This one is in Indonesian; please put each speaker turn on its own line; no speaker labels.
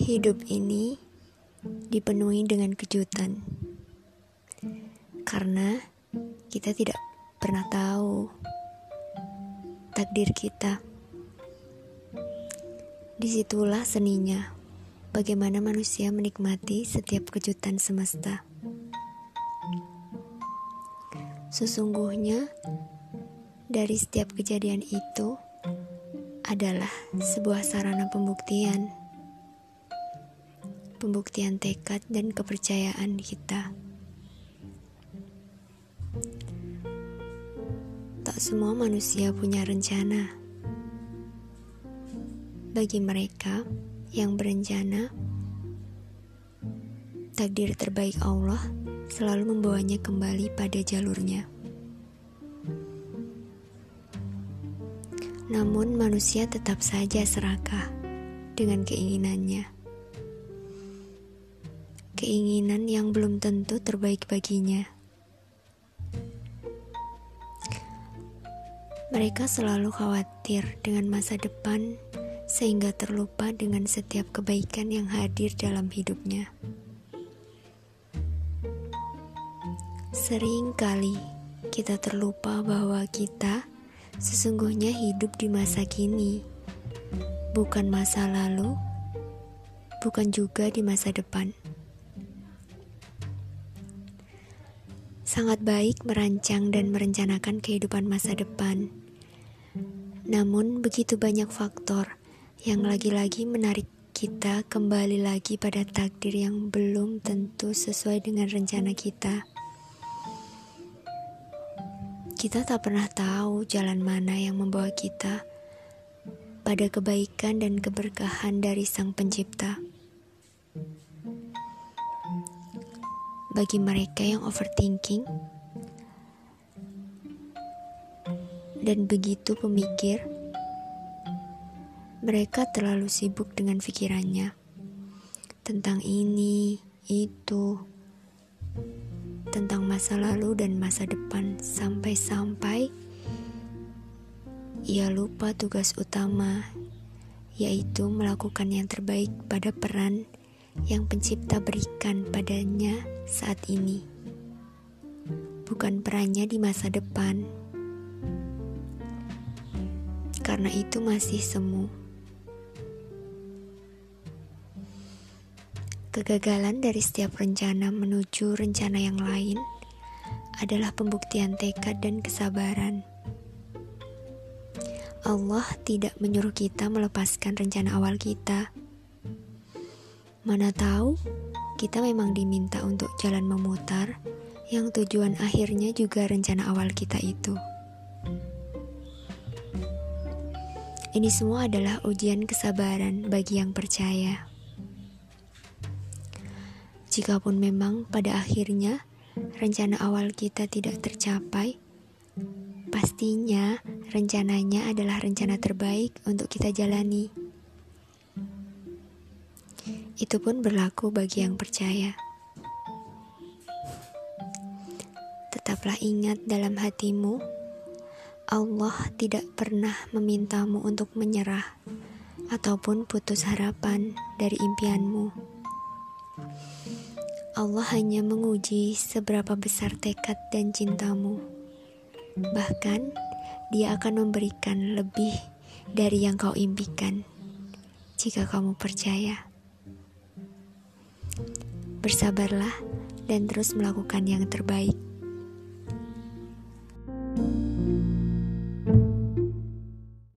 Hidup ini dipenuhi dengan kejutan, karena kita tidak pernah tahu takdir kita. Disitulah seninya, bagaimana manusia menikmati setiap kejutan semesta. Sesungguhnya, dari setiap kejadian itu adalah sebuah sarana pembuktian tekad dan kepercayaan kita. Tak semua manusia punya rencana. Bagi mereka yang berencana, takdir terbaik Allah selalu membawanya kembali pada jalurnya. Namun manusia tetap saja serakah dengan keinginannya. Keinginan yang belum tentu terbaik baginya. Mereka selalu khawatir dengan masa depan sehingga terlupa dengan setiap kebaikan yang hadir dalam hidupnya. Sering kali kita terlupa bahwa kita sesungguhnya hidup di masa kini, bukan masa lalu, bukan juga di masa depan. Sangat baik merancang dan merencanakan kehidupan masa depan. Namun begitu banyak faktor yang lagi-lagi menarik kita kembali lagi pada takdir yang belum tentu sesuai dengan rencana kita. Kita tak pernah tahu jalan mana yang membawa kita pada kebaikan dan keberkahan dari Sang Pencipta. Bagi mereka yang overthinking dan begitu pemikir, mereka terlalu sibuk dengan pikirannya tentang ini, itu, tentang masa lalu dan masa depan, sampai-sampai ia lupa tugas utama, yaitu melakukan yang terbaik pada peran yang Pencipta berikan padanya saat ini, bukan perannya di masa depan. Karena itu masih semu. Kegagalan dari setiap rencana menuju rencana yang lain adalah pembuktian tekad dan kesabaran. Allah tidak menyuruh kita melepaskan rencana awal kita. Mana tahu, kita memang diminta untuk jalan memutar yang tujuan akhirnya juga rencana awal kita itu. Ini semua adalah ujian kesabaran bagi yang percaya. Jikapun memang pada akhirnya rencana awal kita tidak tercapai, pastinya rencananya adalah rencana terbaik untuk kita jalani. Itu pun berlaku bagi yang percaya. Tetaplah ingat dalam hatimu, Allah tidak pernah memintamu untuk menyerah ataupun putus harapan dari impianmu. Allah hanya menguji seberapa besar tekad dan cintamu. Bahkan, Dia akan memberikan lebih dari yang kau impikan jika kamu percaya. Bersabarlah dan terus melakukan yang terbaik.